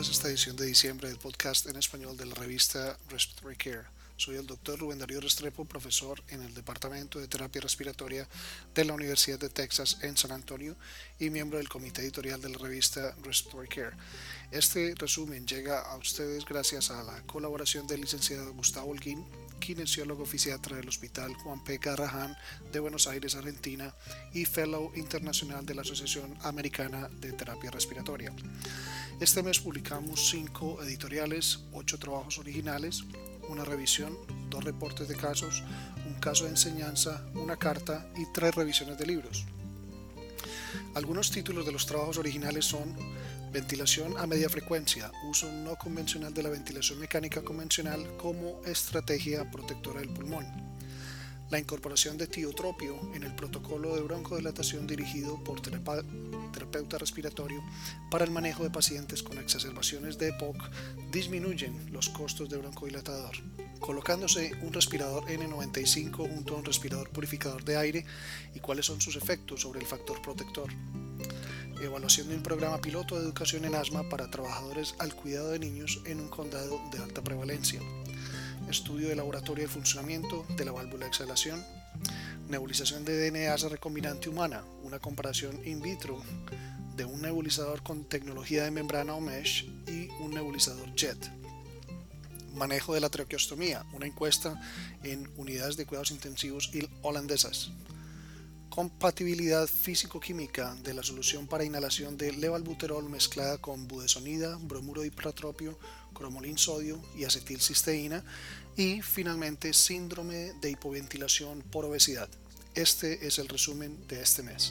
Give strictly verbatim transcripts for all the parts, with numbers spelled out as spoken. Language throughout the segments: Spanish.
bienvenidos a esta edición de diciembre del podcast en español de la revista Respiratory Care. Soy el doctor Rubén Darío Restrepo, profesor en el Departamento de Terapia Respiratoria de la Universidad de Texas en San Antonio y miembro del comité editorial de la revista Respiratory Care. Este resumen llega a ustedes gracias a la colaboración del licenciado Gustavo Holguín, kinesiólogo fisiatra del Hospital Juan P. Garrahan de Buenos Aires, Argentina, y Fellow Internacional de la Asociación Americana de Terapia Respiratoria. Este mes publicamos cinco editoriales, ocho trabajos originales, una revisión, dos reportes de casos, un caso de enseñanza, una carta y tres revisiones de libros. Algunos títulos de los trabajos originales son Ventilación a media frecuencia, uso no convencional de la ventilación mecánica convencional como estrategia protectora del pulmón. La incorporación de tiotropio en el protocolo de broncodilatación dirigido por terapeuta respiratorio para el manejo de pacientes con exacerbaciones de E P O C disminuyen los costos de broncodilatador. Colocándose un respirador N noventa y cinco junto a un respirador purificador de aire y cuáles son sus efectos sobre el factor protector. Evaluación de un programa piloto de educación en asma para trabajadores al cuidado de niños en un condado de alta prevalencia. Estudio de laboratorio de funcionamiento de la válvula de exhalación, nebulización de D N A recombinante humana, una comparación in vitro de un nebulizador con tecnología de membrana o mesh y un nebulizador jet. Manejo de la traqueostomía, una encuesta en unidades de cuidados intensivos holandesas. Compatibilidad físico-química de la solución para inhalación de levalbuterol mezclada con budesonida, bromuro de hipratropio, cromolín sodio y acetilcisteína. Y finalmente, síndrome de hipoventilación por obesidad. Este es el resumen de este mes.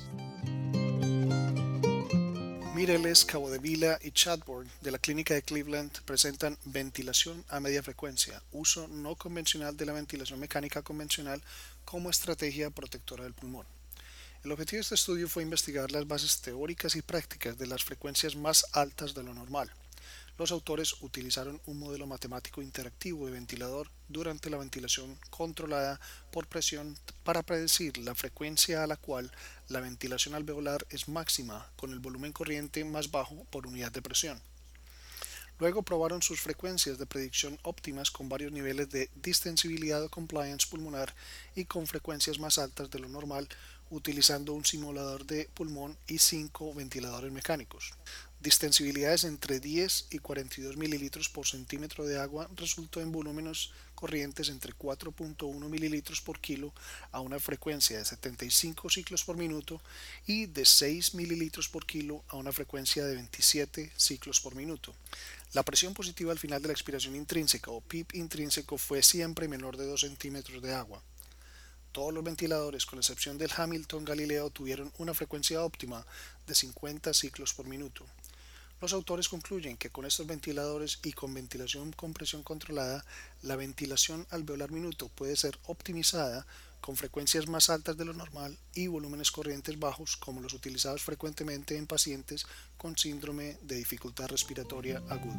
Mireles, Cabodevila y Chadbourne de la Clínica de Cleveland presentan ventilación a media frecuencia, uso no convencional de la ventilación mecánica convencional como estrategia protectora del pulmón. El objetivo de este estudio fue investigar las bases teóricas y prácticas de las frecuencias más altas de lo normal. Los autores utilizaron un modelo matemático interactivo de ventilador durante la ventilación controlada por presión para predecir la frecuencia a la cual la ventilación alveolar es máxima con el volumen corriente más bajo por unidad de presión. Luego probaron sus frecuencias de predicción óptimas con varios niveles de distensibilidad o compliance pulmonar y con frecuencias más altas de lo normal utilizando un simulador de pulmón y cinco ventiladores mecánicos. Distensibilidades entre diez y cuarenta y dos mililitros por centímetro de agua resultó en volúmenes corrientes entre cuatro punto uno mililitros por kilo a una frecuencia de setenta y cinco ciclos por minuto y de seis mililitros por kilo a una frecuencia de veintisiete ciclos por minuto. La presión positiva al final de la expiración intrínseca o P I P intrínseco fue siempre menor de dos centímetros de agua. Todos los ventiladores, con excepción del Hamilton Galileo, tuvieron una frecuencia óptima de cincuenta ciclos por minuto. Los autores concluyen que con estos ventiladores y con ventilación con presión controlada, la ventilación alveolar minuto puede ser optimizada con frecuencias más altas de lo normal y volúmenes corrientes bajos como los utilizados frecuentemente en pacientes con síndrome de dificultad respiratoria agudo.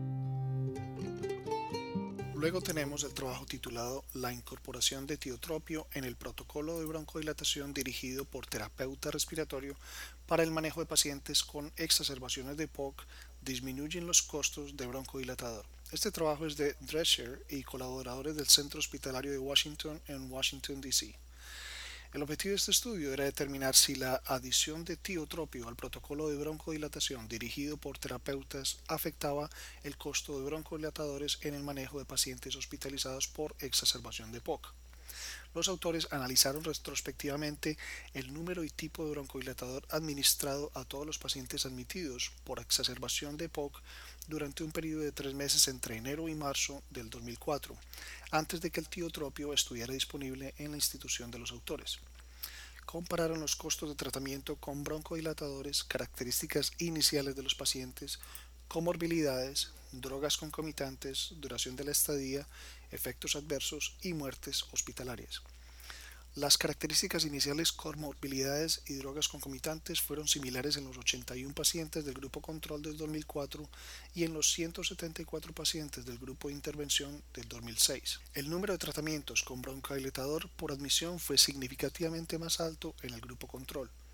Luego tenemos el trabajo titulado La incorporación de tiotropio en el protocolo de broncodilatación dirigido por terapeuta respiratorio para el manejo de pacientes con exacerbaciones de E P O C disminuyen los costos de broncodilatador. Este trabajo es de Drescher y colaboradores del Centro Hospitalario de Washington en Washington, D C El objetivo de este estudio era determinar si la adición de tiotropio al protocolo de broncodilatación dirigido por terapeutas afectaba el costo de broncodilatadores en el manejo de pacientes hospitalizados por exacerbación de E P O C. Los autores analizaron retrospectivamente el número y tipo de broncodilatador administrado a todos los pacientes admitidos por exacerbación de E P O C durante un periodo de tres meses entre enero y marzo del dos mil cuatro, antes de que el tiotropio estuviera disponible en la institución de los autores. Compararon los costos de tratamiento con broncodilatadores, características iniciales de los pacientes, comorbilidades, drogas concomitantes, duración de la estadía, efectos adversos y muertes hospitalarias. Las características iniciales, comorbilidades y drogas concomitantes fueron similares en los ochenta y uno pacientes del grupo control del dos mil cuatro y en los ciento setenta y cuatro pacientes del grupo de intervención del dos mil seis. El número de tratamientos con broncodilatador por admisión fue significativamente más alto en el grupo control.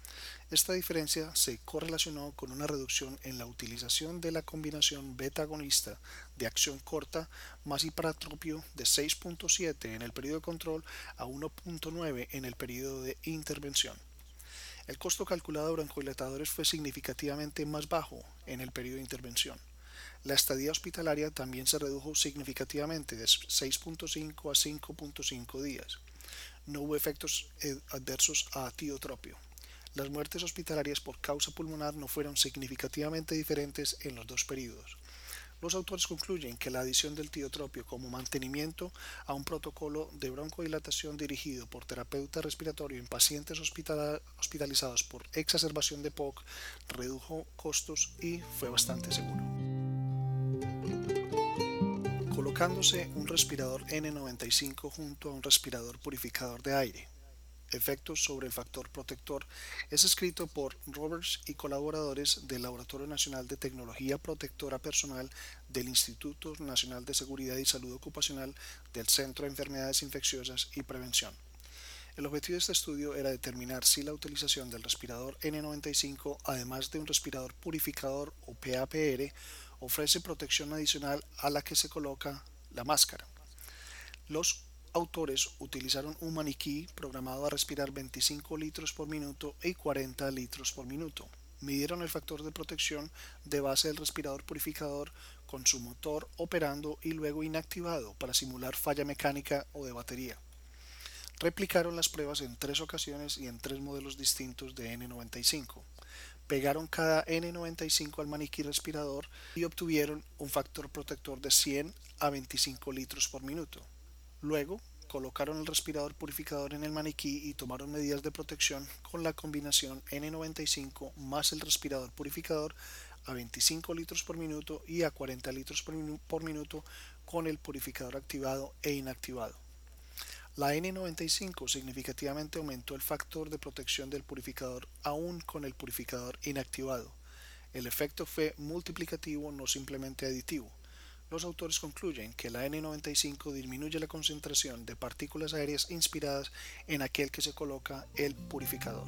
Esta diferencia se correlacionó con una reducción en la utilización de la combinación beta-agonista de acción corta más hipertropio de seis punto siete en el periodo de control a uno punto nueve en el periodo de intervención. El costo calculado de broncodilatadores fue significativamente más bajo en el periodo de intervención. La estadía hospitalaria también se redujo significativamente de seis punto cinco a cinco punto cinco días. No hubo efectos adversos a tiotropio. Las muertes hospitalarias por causa pulmonar no fueron significativamente diferentes en los dos periodos. Los autores concluyen que la adición del tiotropio como mantenimiento a un protocolo de broncodilatación dirigido por terapeuta respiratorio en pacientes hospitalizados por exacerbación de P O C redujo costos y fue bastante seguro. Colocándose un respirador N noventa y cinco junto a un respirador purificador de aire. Efectos sobre el factor protector es escrito por Roberts y colaboradores del Laboratorio Nacional de Tecnología Protectora Personal del Instituto Nacional de Seguridad y Salud Ocupacional del Centro de Enfermedades Infecciosas y Prevención. El objetivo de este estudio era determinar si la utilización del respirador N noventa y cinco, además de un respirador purificador o P A P R, ofrece protección adicional a la que se coloca la máscara. Los autores utilizaron un maniquí programado a respirar veinticinco litros por minuto y cuarenta litros por minuto. Midieron el factor de protección de base del respirador purificador con su motor operando y luego inactivado para simular falla mecánica o de batería. Replicaron las pruebas en tres ocasiones y en tres modelos distintos de N noventa y cinco. Pegaron cada N noventa y cinco al maniquí respirador y obtuvieron un factor protector de cien a veinticinco litros por minuto. Luego, colocaron el respirador purificador en el maniquí y tomaron medidas de protección con la combinación N noventa y cinco más el respirador purificador a veinticinco litros por minuto y a cuarenta litros por, minu por minuto con el purificador activado e inactivado. La N noventa y cinco significativamente aumentó el factor de protección del purificador aún con el purificador inactivado. El efecto fue multiplicativo, no simplemente aditivo. Los autores concluyen que la N noventa y cinco disminuye la concentración de partículas aéreas inspiradas en aquel que se coloca el purificador.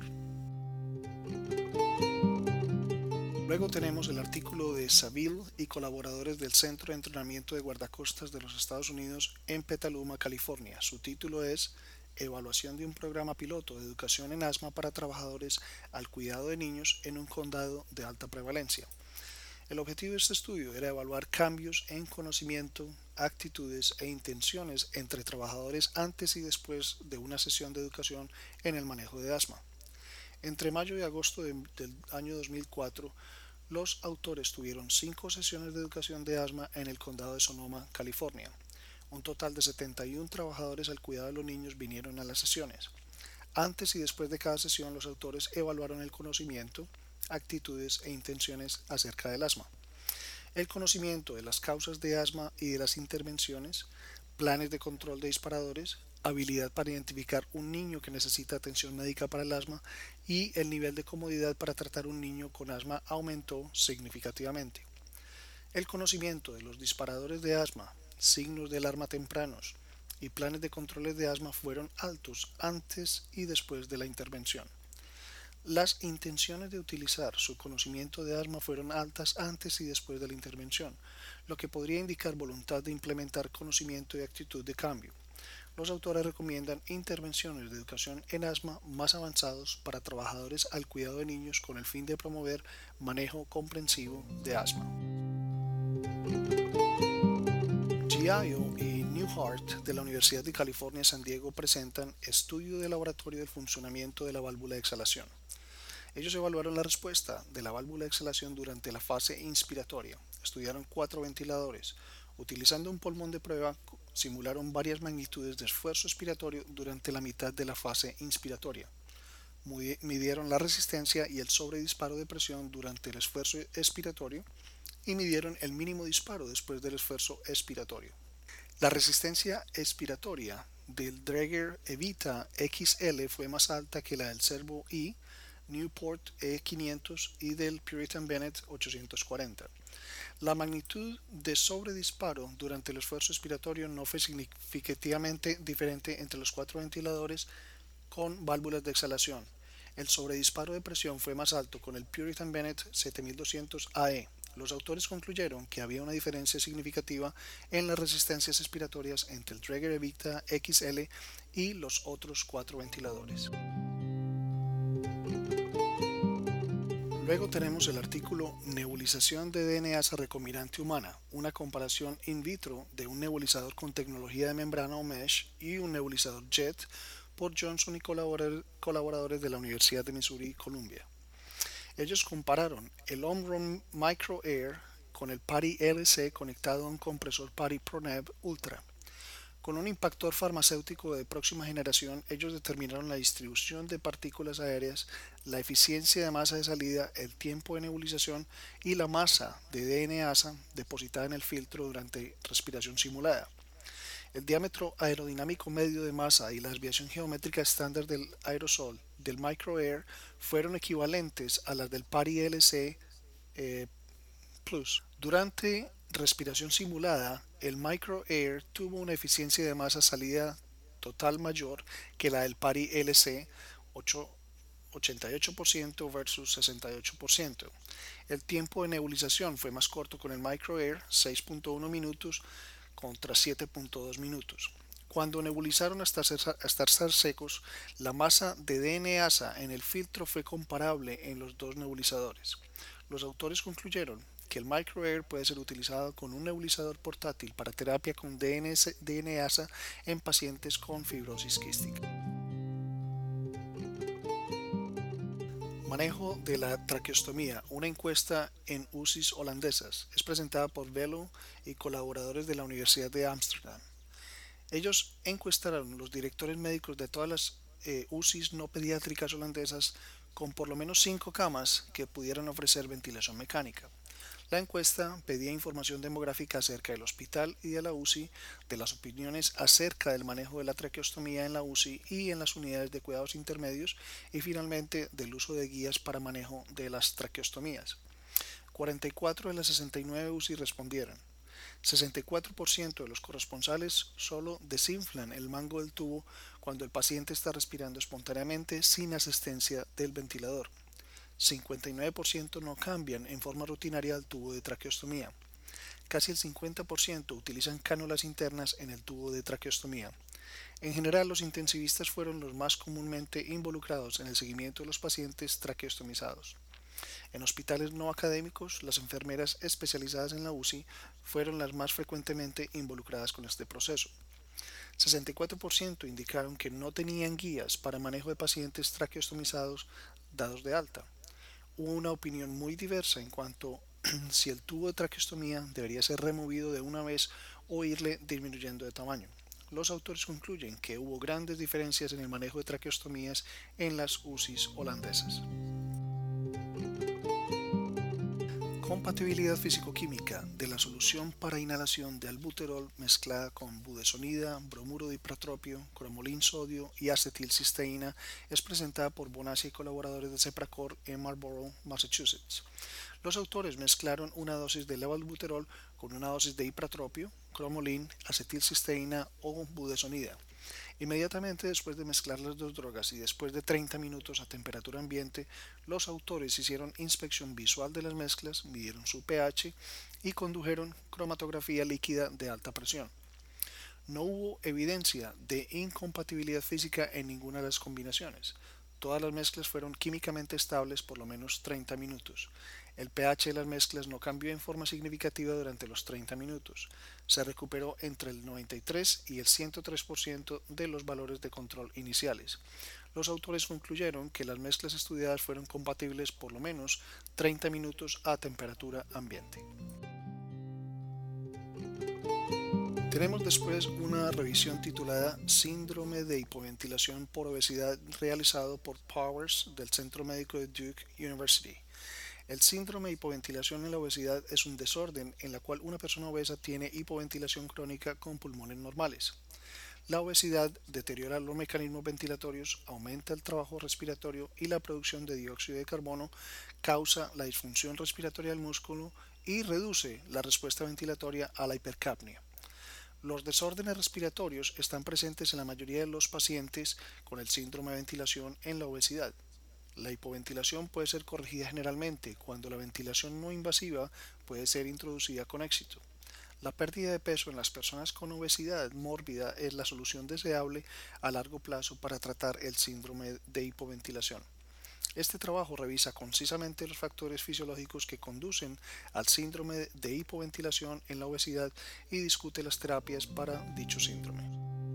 Luego tenemos el artículo de Saville y colaboradores del Centro de Entrenamiento de Guardacostas de los Estados Unidos en Petaluma, California. Su título es Evaluación de un programa piloto de educación en asma para trabajadores al cuidado de niños en un condado de alta prevalencia. El objetivo de este estudio era evaluar cambios en conocimiento, actitudes e intenciones entre trabajadores antes y después de una sesión de educación en el manejo de asma. Entre mayo y agosto de, del año dos mil cuatro, los autores tuvieron cinco sesiones de educación de asma en el condado de Sonoma, California. Un total de setenta y uno trabajadores al cuidado de los niños vinieron a las sesiones. Antes y después de cada sesión, los autores evaluaron el conocimiento, actitudes e intenciones acerca del asma, el conocimiento de las causas de asma y de las intervenciones, planes de control de disparadores, habilidad para identificar un niño que necesita atención médica para el asma y el nivel de comodidad para tratar un niño con asma aumentó significativamente. El conocimiento de los disparadores de asma, signos de alarma tempranos y planes de controles de asma fueron altos antes y después de la intervención. Las intenciones de utilizar su conocimiento de asma fueron altas antes y después de la intervención, lo que podría indicar voluntad de implementar conocimiento y actitud de cambio. Los autores recomiendan intervenciones de educación en asma más avanzados para trabajadores al cuidado de niños con el fin de promover manejo comprensivo de asma. Giaio y Newhart de la Universidad de California San Diego presentan estudio de laboratorio del funcionamiento de la válvula de exhalación. Ellos evaluaron la respuesta de la válvula de exhalación durante la fase inspiratoria. Estudiaron cuatro ventiladores. Utilizando un pulmón de prueba, simularon varias magnitudes de esfuerzo expiratorio durante la mitad de la fase inspiratoria. Midieron la resistencia y el sobredisparo de presión durante el esfuerzo expiratorio y midieron el mínimo disparo después del esfuerzo expiratorio. La resistencia expiratoria del Draeger Evita X L fue más alta que la del Servo I, Newport E quinientos y del Puritan Bennett ochocientos cuarenta. La magnitud de sobredisparo durante el esfuerzo expiratorio no fue significativamente diferente entre los cuatro ventiladores con válvulas de exhalación. El sobredisparo de presión fue más alto con el Puritan Bennett siete mil doscientos A E. Los autores concluyeron que había una diferencia significativa en las resistencias expiratorias entre el Draeger Evita X L y los otros cuatro ventiladores. Luego tenemos el artículo Nebulización de D N asa recombinante humana, una comparación in vitro de un nebulizador con tecnología de membrana o mesh y un nebulizador jet por Johnson y colaboradores de la Universidad de Missouri y Columbia. Ellos compararon el Omron Micro Air con el PARI L C conectado a un compresor PARI ProNeb Ultra. Con un impactor farmacéutico de próxima generación, ellos determinaron la distribución de partículas aéreas, la eficiencia de masa de salida, el tiempo de nebulización y la masa de D N asa depositada en el filtro durante respiración simulada. El diámetro aerodinámico medio de masa y la desviación geométrica estándar del aerosol del Micro-Air fueron equivalentes a las del PARI L C eh, Plus. Durante respiración simulada, el Micro-Air tuvo una eficiencia de masa salida total mayor que la del PARI L C, ochenta y ocho por ciento versus sesenta y ocho por ciento. El tiempo de nebulización fue más corto con el Micro-Air, seis punto uno minutos contra siete punto dos minutos. Cuando nebulizaron hasta, hasta estar secos, la masa de D N asa en el filtro fue comparable en los dos nebulizadores. Los autores concluyeron que el Micro-Air puede ser utilizado con un nebulizador portátil para terapia con D N asa en pacientes con fibrosis quística. Manejo de la traqueostomía, una encuesta en U C Is holandesas, es presentada por Velo y colaboradores de la Universidad de Ámsterdam. Ellos encuestaron los directores médicos de todas las eh, U C Is no pediátricas holandesas con por lo menos cinco camas que pudieran ofrecer ventilación mecánica. La encuesta pedía información demográfica acerca del hospital y de la U C I, de las opiniones acerca del manejo de la traqueostomía en la U C I y en las unidades de cuidados intermedios y finalmente del uso de guías para manejo de las traqueostomías. cuarenta y cuatro de las sesenta y nueve U C I respondieron. sesenta y cuatro por ciento de los corresponsales solo desinflan el mango del tubo cuando el paciente está respirando espontáneamente sin asistencia del ventilador. cincuenta y nueve por ciento no cambian en forma rutinaria el tubo de traqueostomía. Casi el cincuenta por ciento utilizan cánulas internas en el tubo de traqueostomía. En general, los intensivistas fueron los más comúnmente involucrados en el seguimiento de los pacientes traqueostomizados. En hospitales no académicos, las enfermeras especializadas en la U C I fueron las más frecuentemente involucradas con este proceso. sesenta y cuatro por ciento indicaron que no tenían guías para manejo de pacientes traqueostomizados dados de alta. Hubo una opinión muy diversa en cuanto a si el tubo de traqueostomía debería ser removido de una vez o irle disminuyendo de tamaño. Los autores concluyen que hubo grandes diferencias en el manejo de traqueostomías en las U C Is holandesas. Compatibilidad físico-química de la solución para inhalación de albuterol mezclada con budesonida, bromuro de ipratropio, cromolín sodio y acetilcisteína es presentada por Bonaccia y colaboradores de Cepracor en Marlborough, Massachusetts. Los autores mezclaron una dosis de levalbuterol con una dosis de ipratropio, cromolín, acetilcisteína o budesonida. Inmediatamente después de mezclar las dos drogas y después de treinta minutos a temperatura ambiente, los autores hicieron inspección visual de las mezclas, midieron su pH y condujeron cromatografía líquida de alta presión. No hubo evidencia de incompatibilidad física en ninguna de las combinaciones. Todas las mezclas fueron químicamente estables por lo menos treinta minutos. El pH de las mezclas no cambió en forma significativa durante los treinta minutos. Se recuperó entre el noventa y tres y el ciento tres por ciento de los valores de control iniciales. Los autores concluyeron que las mezclas estudiadas fueron compatibles por lo menos treinta minutos a temperatura ambiente. Tenemos después una revisión titulada Síndrome de hipoventilación por obesidad realizado por Powers del Centro Médico de Duke University. El síndrome de hipoventilación en la obesidad es un desorden en la cual una persona obesa tiene hipoventilación crónica con pulmones normales. La obesidad deteriora los mecanismos ventilatorios, aumenta el trabajo respiratorio y la producción de dióxido de carbono, causa la disfunción respiratoria del músculo y reduce la respuesta ventilatoria a la hipercapnia. Los desórdenes respiratorios están presentes en la mayoría de los pacientes con el síndrome de ventilación en la obesidad. La hipoventilación puede ser corregida generalmente cuando la ventilación no invasiva puede ser introducida con éxito. La pérdida de peso en las personas con obesidad mórbida es la solución deseable a largo plazo para tratar el síndrome de hipoventilación. Este trabajo revisa concisamente los factores fisiológicos que conducen al síndrome de hipoventilación en la obesidad y discute las terapias para dicho síndrome.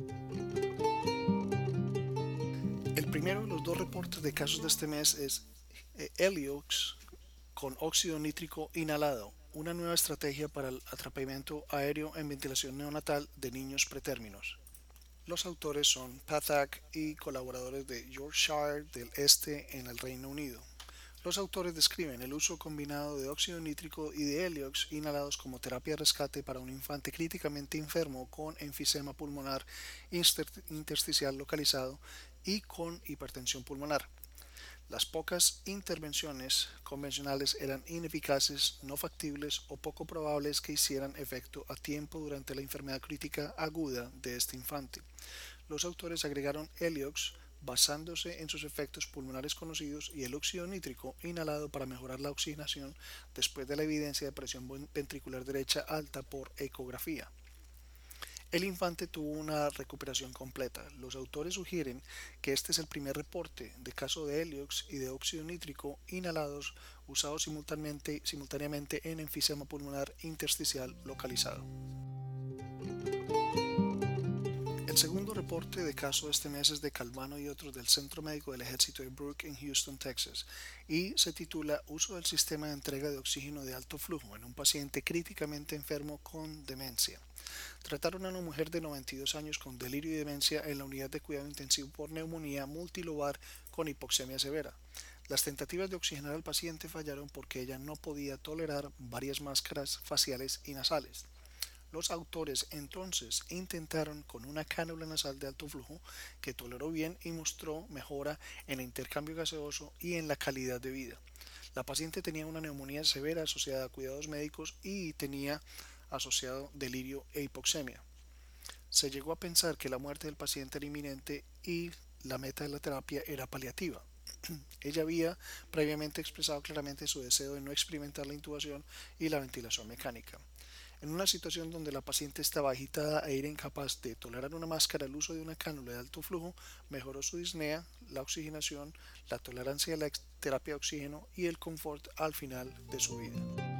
El primero de los dos reportes de casos de este mes es eh, Heliox con óxido nítrico inhalado, una nueva estrategia para el atrapamiento aéreo en ventilación neonatal de niños pretérminos. Los autores son Pathak y colaboradores de Yorkshire del Este en el Reino Unido. Los autores describen el uso combinado de óxido nítrico y de heliox inhalados como terapia de rescate para un infante críticamente enfermo con enfisema pulmonar intersticial localizado y con hipertensión pulmonar. Las pocas intervenciones convencionales eran ineficaces, no factibles o poco probables que hicieran efecto a tiempo durante la enfermedad crítica aguda de este infante. Los autores agregaron heliox basándose en sus efectos pulmonares conocidos y el óxido nítrico inhalado para mejorar la oxigenación después de la evidencia de presión ventricular derecha alta por ecografía. El infante tuvo una recuperación completa. Los autores sugieren que este es el primer reporte de caso de heliox y de óxido nítrico inhalados usados simultáneamente, simultáneamente en enfisema pulmonar intersticial localizado. El segundo reporte de caso de este mes es de Calvano y otros del Centro Médico del Ejército de Brooke en Houston, Texas, y se titula Uso del sistema de entrega de oxígeno de alto flujo en un paciente críticamente enfermo con demencia. Trataron a una mujer de noventa y dos años con delirio y demencia en la unidad de cuidado intensivo por neumonía multilobar con hipoxemia severa. Las tentativas de oxigenar al paciente fallaron porque ella no podía tolerar varias máscaras faciales y nasales. Los autores entonces intentaron con una cánula nasal de alto flujo que toleró bien y mostró mejora en el intercambio gaseoso y en la calidad de vida. La paciente tenía una neumonía severa asociada a cuidados médicos y tenía asociado delirio e hipoxemia. Se llegó a pensar que la muerte del paciente era inminente y la meta de la terapia era paliativa. Ella había previamente expresado claramente su deseo de no experimentar la intubación y la ventilación mecánica. En una situación donde la paciente estaba agitada e era incapaz de tolerar una máscara, el uso de una cánula de alto flujo mejoró su disnea, la oxigenación, la tolerancia a la terapia de oxígeno y el confort al final de su vida.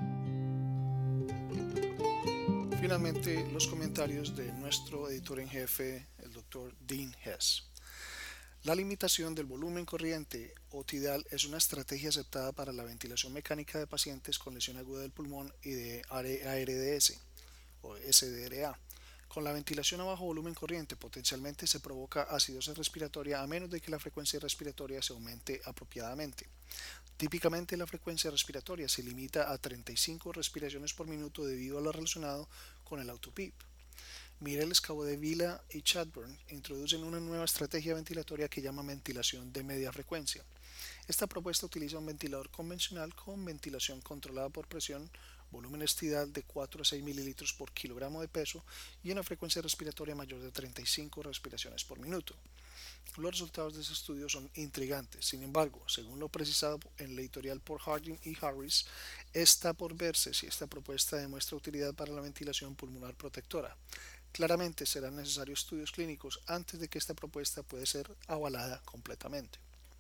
Finalmente, los comentarios de nuestro editor en jefe, el doctor Dean Hess. La limitación del volumen corriente o tidal es una estrategia aceptada para la ventilación mecánica de pacientes con lesión aguda del pulmón y de A R D S o S D R A. Con la ventilación a bajo volumen corriente potencialmente se provoca acidosis respiratoria a menos de que la frecuencia respiratoria se aumente apropiadamente. Típicamente la frecuencia respiratoria se limita a treinta y cinco respiraciones por minuto debido a lo relacionado con el auto-P I P. Mireles Capdevila y Chadbourne introducen una nueva estrategia ventilatoria que llama ventilación de media frecuencia. Esta propuesta utiliza un ventilador convencional con ventilación controlada por presión, volumen estidal de cuatro a seis mililitros por kilogramo de peso y una frecuencia respiratoria mayor de treinta y cinco respiraciones por minuto. Los resultados de este estudio son intrigantes. Sin embargo, según lo precisado en la editorial por Harding y Harris, está por verse si esta propuesta demuestra utilidad para la ventilación pulmonar protectora. Claramente serán necesarios estudios clínicos antes de que esta propuesta pueda ser avalada completamente.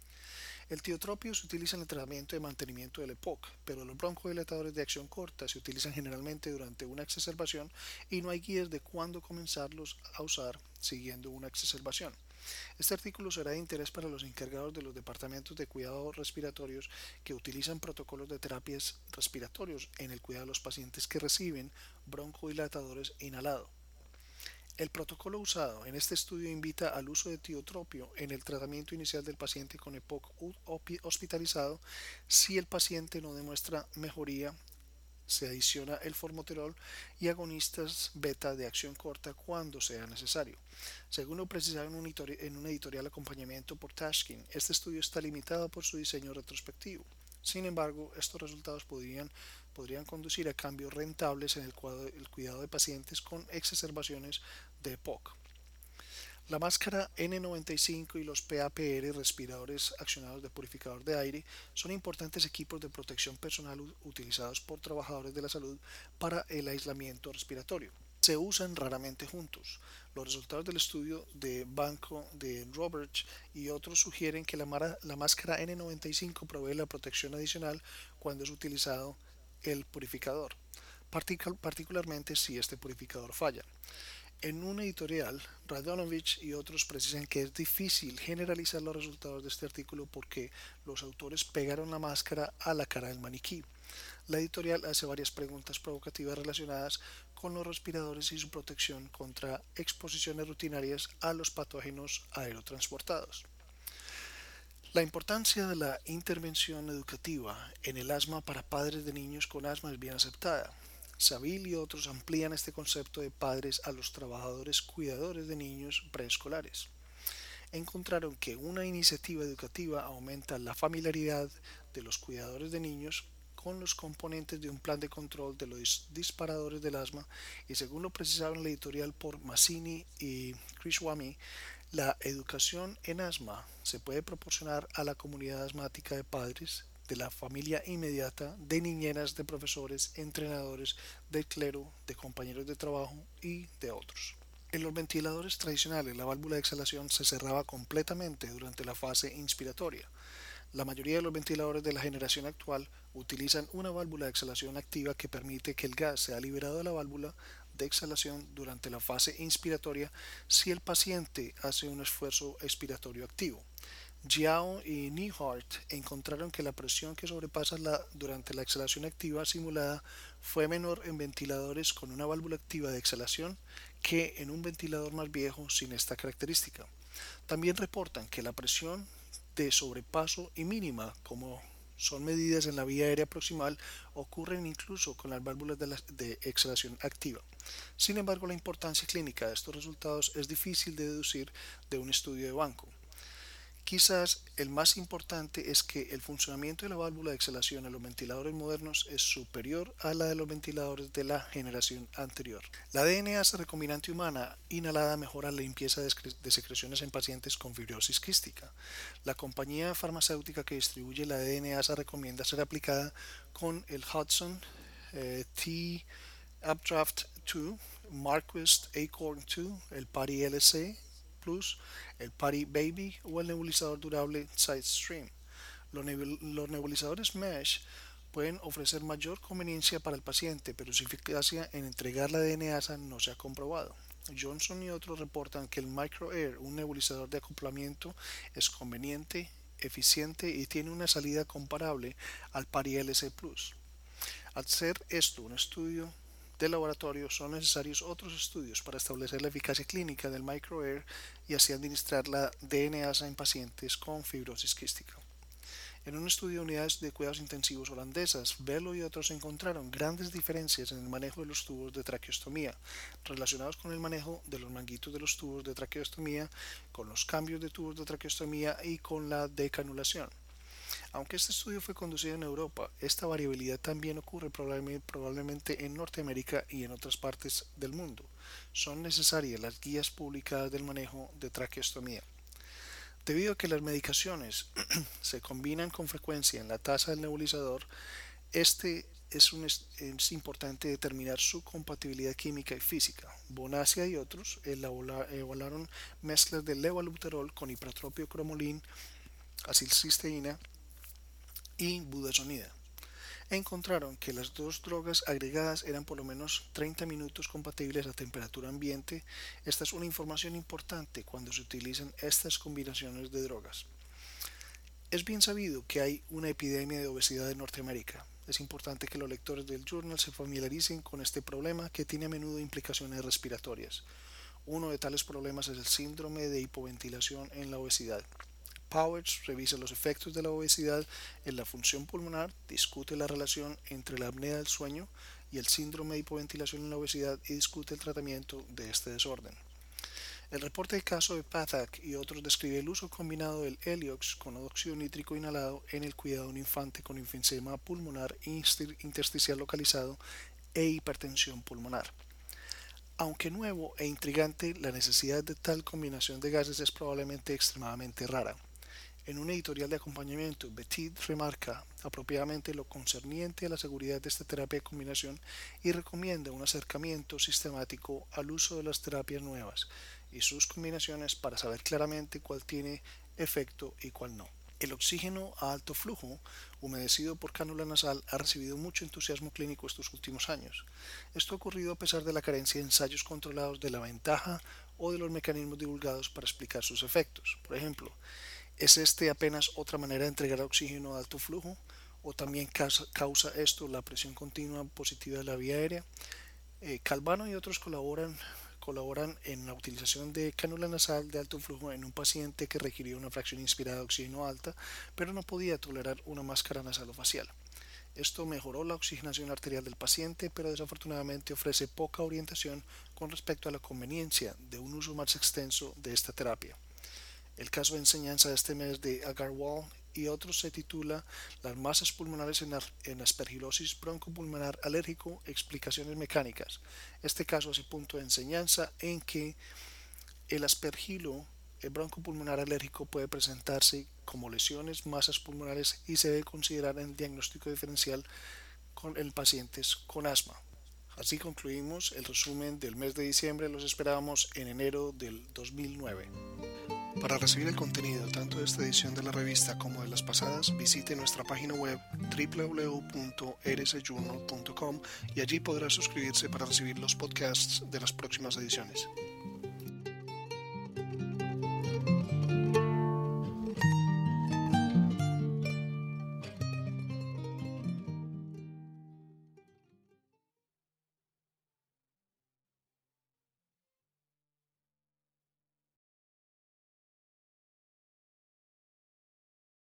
El tiotropio se utiliza en el tratamiento de mantenimiento del E P O C, pero los broncodilatadores de acción corta se utilizan generalmente durante una exacerbación y no hay guías de cuándo comenzarlos a usar siguiendo una exacerbación. Este artículo será de interés para los encargados de los departamentos de cuidados respiratorios que utilizan protocolos de terapias respiratorios en el cuidado de los pacientes que reciben broncodilatadores inhalados. El protocolo usado en este estudio invita al uso de tiotropio en el tratamiento inicial del paciente con E P O C hospitalizado. Si el paciente no demuestra mejoría, se adiciona el formoterol y agonistas beta de acción corta cuando sea necesario. Según lo precisado en un, en un editorial acompañamiento por Tashkin, este estudio está limitado por su diseño retrospectivo. Sin embargo, estos resultados podrían, podrían conducir a cambios rentables en el, cuadro, el cuidado de pacientes con exacerbaciones de E P O C. La máscara N noventa y cinco y los P A P R, respiradores accionados de purificador de aire, son importantes equipos de protección personal utilizados por trabajadores de la salud para el aislamiento respiratorio. Se usan raramente juntos. Los resultados del estudio de banco de Roberts y otros sugieren que la, mara- la máscara N noventa y cinco provee la protección adicional cuando es utilizado el purificador, particu- particularmente si este purificador falla. En un editorial, Radonovich y otros precisan que es difícil generalizar los resultados de este artículo porque los autores pegaron la máscara a la cara del maniquí. La editorial hace varias preguntas provocativas relacionadas con los respiradores y su protección contra exposiciones rutinarias a los patógenos aerotransportados. La importancia de la intervención educativa en el asma para padres de niños con asma es bien aceptada. Saville y otros amplían este concepto de padres a los trabajadores cuidadores de niños preescolares. Encontraron que una iniciativa educativa aumenta la familiaridad de los cuidadores de niños con los componentes de un plan de control de los disparadores del asma y según lo precisaron en la editorial por Massini y Kriswamy, la educación en asma se puede proporcionar a la comunidad asmática de padres, de la familia inmediata, de niñeras, de profesores, entrenadores, del clero, de compañeros de trabajo y de otros. En los ventiladores tradicionales, la válvula de exhalación se cerraba completamente durante la fase inspiratoria. La mayoría de los ventiladores de la generación actual utilizan una válvula de exhalación activa que permite que el gas sea liberado de la válvula de exhalación durante la fase inspiratoria si el paciente hace un esfuerzo expiratorio activo. Jiao y Neihardt encontraron que la presión que sobrepasa la, durante la exhalación activa simulada fue menor en ventiladores con una válvula activa de exhalación que en un ventilador más viejo sin esta característica. También reportan que la presión de sobrepaso y mínima, como son medidas en la vía aérea proximal, ocurren incluso con las válvulas de, la, de exhalación activa. Sin embargo, la importancia clínica de estos resultados es difícil de deducir de un estudio de banco. Quizás el más importante es que el funcionamiento de la válvula de exhalación en los ventiladores modernos es superior a la de los ventiladores de la generación anterior. La D N A recombinante humana inhalada mejora la limpieza de secreciones en pacientes con fibrosis quística. La compañía farmacéutica que distribuye la D N A recomienda ser aplicada con el Hudson eh, T Updraft dos, Marquist Acorn dos, el Pari L C Plus, el Pari Baby o el nebulizador durable SideStream. Los, los nebulizadores Mesh pueden ofrecer mayor conveniencia para el paciente, pero su eficacia en entregar la D N A no se ha comprobado. Johnson y otros reportan que el MicroAir, un nebulizador de acoplamiento, es conveniente, eficiente y tiene una salida comparable al Pari L C Plus. Al ser esto un estudio de laboratorio, son necesarios otros estudios para establecer la eficacia clínica del MicroAir y así administrar la D N A en pacientes con fibrosis quística. En un estudio de unidades de cuidados intensivos holandesas, Velo y otros encontraron grandes diferencias en el manejo de los tubos de traqueostomía, relacionados con el manejo de los manguitos de los tubos de traqueostomía, con los cambios de tubos de traqueostomía y con la decanulación. Aunque este estudio fue conducido en Europa, esta variabilidad también ocurre probablemente en Norteamérica y en otras partes del mundo. Son necesarias las guías publicadas del manejo de traqueostomía. Debido a que las medicaciones se combinan con frecuencia en la taza del nebulizador, este es, un, es importante determinar su compatibilidad química y física. Bonacia y otros evaluaron mezclas de levoalbuterol con hipratropio cromolin, acilcisteína y budesonida. Encontraron que las dos drogas agregadas eran por lo menos treinta minutos compatibles a temperatura ambiente. Esta es una información importante cuando se utilizan estas combinaciones de drogas. Es bien sabido que hay una epidemia de obesidad en Norteamérica. Es importante que los lectores del journal se familiaricen con este problema que tiene a menudo implicaciones respiratorias. Uno de tales problemas es el síndrome de hipoventilación en la obesidad. Powers revisa los efectos de la obesidad en la función pulmonar, discute la relación entre la apnea del sueño y el síndrome de hipoventilación en la obesidad y discute el tratamiento de este desorden. El reporte del caso de Pathak y otros describe el uso combinado del Heliox con óxido nítrico inhalado en el cuidado de un infante con enfisema pulmonar intersticial localizado e hipertensión pulmonar. Aunque nuevo e intrigante, la necesidad de tal combinación de gases es probablemente extremadamente rara. En un editorial de acompañamiento, Petit remarca apropiadamente lo concerniente a la seguridad de esta terapia de combinación y recomienda un acercamiento sistemático al uso de las terapias nuevas y sus combinaciones para saber claramente cuál tiene efecto y cuál no. El oxígeno a alto flujo, humedecido por cánula nasal, ha recibido mucho entusiasmo clínico estos últimos años. Esto ha ocurrido a pesar de la carencia de ensayos controlados de la ventaja o de los mecanismos divulgados para explicar sus efectos. Por ejemplo, ¿es este apenas otra manera de entregar oxígeno a alto flujo? ¿O también causa, causa esto la presión continua positiva de la vía aérea? Eh, Calvano y otros colaboran, colaboran en la utilización de cánula nasal de alto flujo en un paciente que requirió una fracción inspirada de oxígeno alta, pero no podía tolerar una máscara nasal o facial. Esto mejoró la oxigenación arterial del paciente, pero desafortunadamente ofrece poca orientación con respecto a la conveniencia de un uso más extenso de esta terapia. El caso de enseñanza de este mes de Agarwal y otros se titula Las masas pulmonares en, en aspergilosis broncopulmonar alérgico, explicaciones mecánicas. Este caso hace punto de enseñanza en que el aspergilo el broncopulmonar alérgico puede presentarse como lesiones, masas pulmonares y se debe considerar en el diagnóstico diferencial con el pacientes con asma. Así concluimos el resumen del mes de diciembre. Los esperábamos en enero del dos mil nueve. Para recibir el contenido tanto de esta edición de la revista como de las pasadas, visite nuestra página web doble u doble u doble u punto r s journal punto com y allí podrá suscribirse para recibir los podcasts de las próximas ediciones.